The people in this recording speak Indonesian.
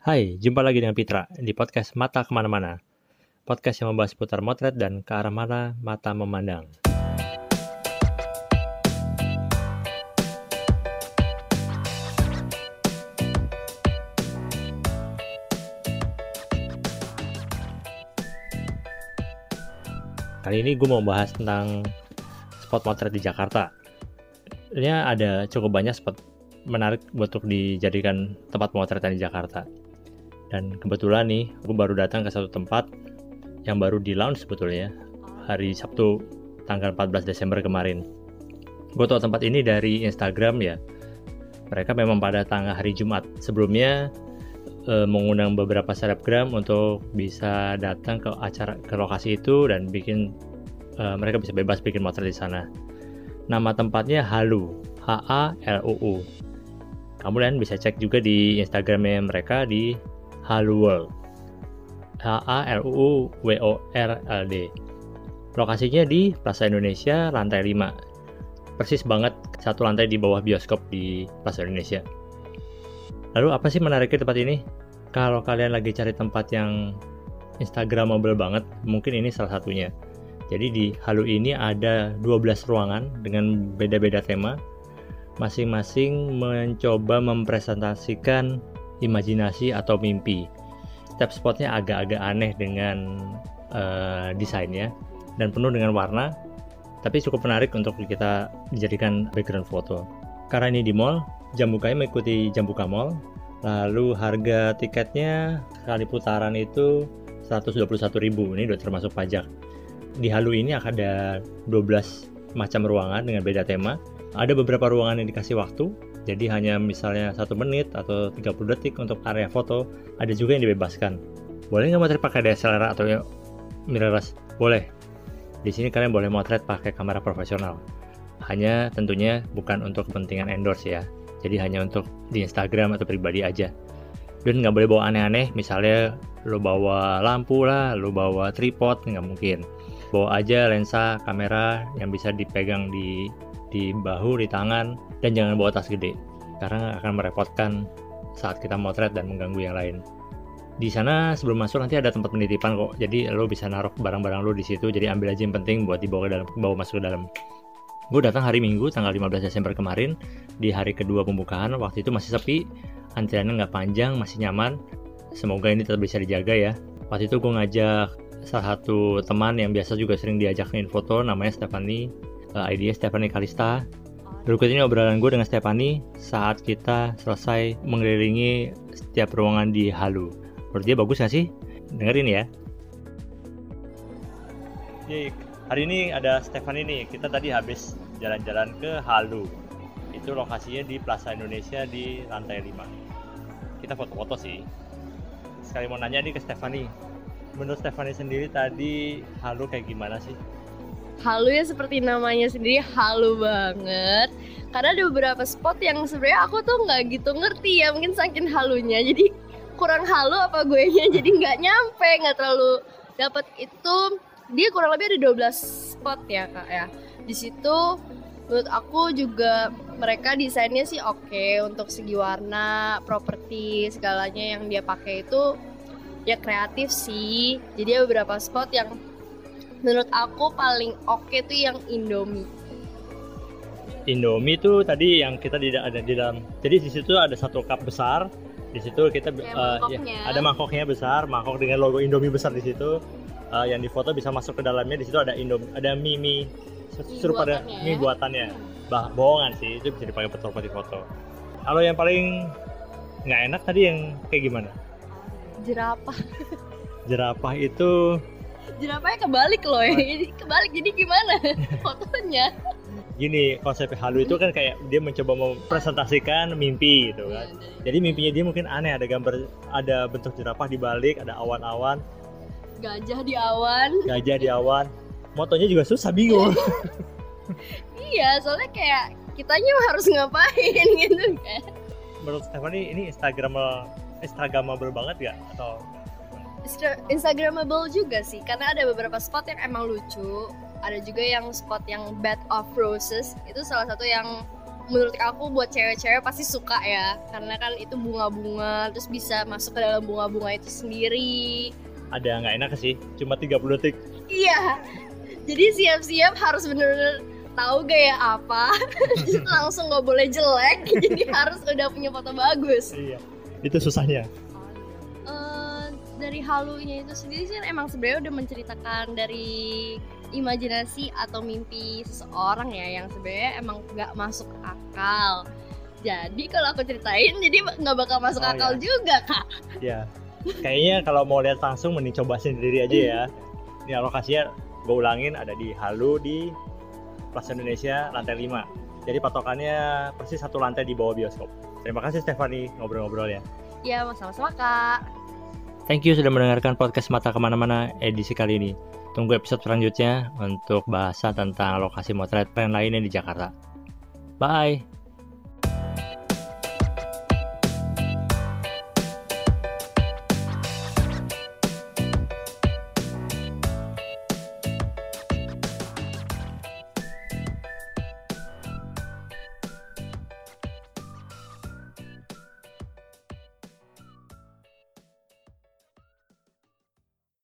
Hai, jumpa lagi dengan Pitra di podcast Mata Kemana-Mana. Podcast yang membahas seputar motret dan ke arah mana mata memandang. Kali ini gue mau bahas tentang spot motret di Jakarta. Ini ada cukup banyak spot menarik untuk dijadikan tempat pemotretan di Jakarta. Dan kebetulan nih, gue baru datang ke satu tempat yang baru di launch sebetulnya hari Sabtu tanggal 14 Desember kemarin. Gue tahu tempat ini dari Instagram ya. Mereka memang pada tanggal hari Jumat. Sebelumnya mengundang beberapa selebgram untuk bisa datang ke lokasi itu dan bikin mereka bisa bebas bikin motret di sana. Nama tempatnya Haluu, H-A-L-U-U. Kemudian bisa cek juga di Instagramnya mereka di Haluu World, H-A-L-U-U-W-O-R-L-D. Lokasinya di Plaza Indonesia lantai 5. Persis banget satu lantai di bawah bioskop di Plaza Indonesia. Lalu apa sih menariknya tempat ini? Kalau kalian lagi cari tempat yang Instagramable banget, mungkin ini salah satunya. Jadi di Haluu ini ada 12 ruangan dengan beda-beda tema. Masing-masing mencoba mempresentasikan imajinasi atau mimpi. Setiap spotnya agak-agak aneh dengan desainnya dan penuh dengan warna, tapi cukup menarik untuk kita dijadikan background foto. Karena ini di mall, jam bukanya mengikuti jam buka mall. Lalu harga tiketnya sekali putaran itu 121.000. Ini udah termasuk pajak. Di Haluu ini ada 12 macam ruangan dengan beda tema. Ada beberapa ruangan yang dikasih waktu, jadi hanya misalnya 1 menit atau 30 detik untuk area foto. Ada juga yang dibebaskan. Boleh nggak motret pakai DSLR atau mirrorless? Boleh. Di sini kalian boleh motret pakai kamera profesional. Hanya tentunya bukan untuk kepentingan endorse ya. Jadi hanya untuk di Instagram atau pribadi aja. Dan nggak boleh bawa aneh-aneh, misalnya lo bawa lampu lah, lo bawa tripod, nggak mungkin. Bawa aja lensa kamera yang bisa dipegang di bahu, di tangan, dan jangan bawa tas gede karena akan merepotkan saat kita motret dan mengganggu yang lain. Di sana sebelum masuk nanti ada tempat penitipan kok, jadi lo bisa naruh barang-barang lo di situ, jadi ambil aja yang penting buat dibawa ke dalam, bawa masuk ke dalam. Gue datang hari Minggu tanggal 15 Desember kemarin, di hari kedua pembukaan. Waktu itu masih sepi, antriannya nggak panjang, masih nyaman. Semoga ini tetap bisa dijaga ya. Waktu itu gue ngajak salah satu teman yang biasa juga sering diajakin foto, namanya Stephanie. ID Stephanie Kalista. Berikut ini obrolan gue dengan Stephanie saat kita selesai mengelilingi setiap ruangan di Haluu. Menurut dia bagus gak sih? Dengerin ya. Hari ini ada Stephanie nih. Kita tadi habis jalan-jalan ke Haluu. Itu lokasinya di Plaza Indonesia di lantai 5. Kita foto-foto sih. Sekali mau nanya nih ke Stephanie. Menurut Stephanie sendiri tadi Haluu kayak gimana sih? Haluu ya seperti namanya sendiri, haluu banget. Karena ada beberapa spot yang sebenarnya aku tuh nggak gitu ngerti ya, mungkin saking halunya. Jadi kurang haluu apa gue nya, jadi nggak nyampe, nggak terlalu dapat itu. Dia kurang lebih ada 12 spot ya kak ya. Di situ menurut aku juga mereka desainnya sih oke, untuk segi warna, properti, segalanya yang dia pakai itu ya kreatif sih. Jadi ada beberapa spot yang menurut aku paling oke tuh yang Indomie. Indomie tuh tadi yang kita ada di dalam. Jadi di situ ada satu cup besar. Di situ kita ada mangkoknya besar, mangkok dengan logo Indomie besar di situ. Yang di foto bisa masuk ke dalamnya. Di situ ada Indomie, ada mie serupa pada mie buatannya. Bohongan sih, itu bisa dipakai foto di foto. Kalau yang paling nggak enak tadi yang kayak gimana? Jerapah. Jerapah itu. Jerapahnya kebalik loh ya. Kebalik, jadi gimana fotonya? Gini, konsep Haluu itu kan kayak dia mencoba mempresentasikan mimpi gitu kan. Jadi mimpinya dia mungkin aneh, ada gambar, ada bentuk jerapah di balik, ada awan-awan. Gajah di awan. Motonya juga susah, bingung. Iya, soalnya kayak kitanya harus ngapain gitu kan. Menurut Stephanie ini Instagramable banget gak? Atau Instagramable juga sih, karena ada beberapa spot yang emang lucu. Ada juga yang spot yang Bed of Roses, itu salah satu yang menurut aku buat cewek-cewek pasti suka ya, karena kan itu bunga-bunga, terus bisa masuk ke dalam bunga-bunga itu sendiri. Ada nggak enak sih, cuma 30 detik. Iya, jadi siap-siap harus bener-bener tahu gaya apa, langsung nggak boleh jelek, jadi harus udah punya foto bagus. Iya, itu susahnya. Dari halunya itu sendiri sih emang sebenarnya udah menceritakan dari imajinasi atau mimpi seseorang ya, yang sebenarnya emang nggak masuk akal. Jadi kalau aku ceritain jadi nggak bakal masuk akal juga, Kak. Ya, kayaknya kalau mau lihat langsung mending coba sendiri aja ya. Ini lokasinya gue ulangin, ada di Halu di Plaza Indonesia lantai 5. Jadi patokannya persis satu lantai di bawah bioskop. Terima kasih Stephanie ngobrol-ngobrolnya. Ya, sama-sama Kak. Thank you sudah mendengarkan podcast Mata Kemana-Mana edisi kali ini. Tunggu episode selanjutnya untuk bahasan tentang lokasi motret lainnya di Jakarta. Bye!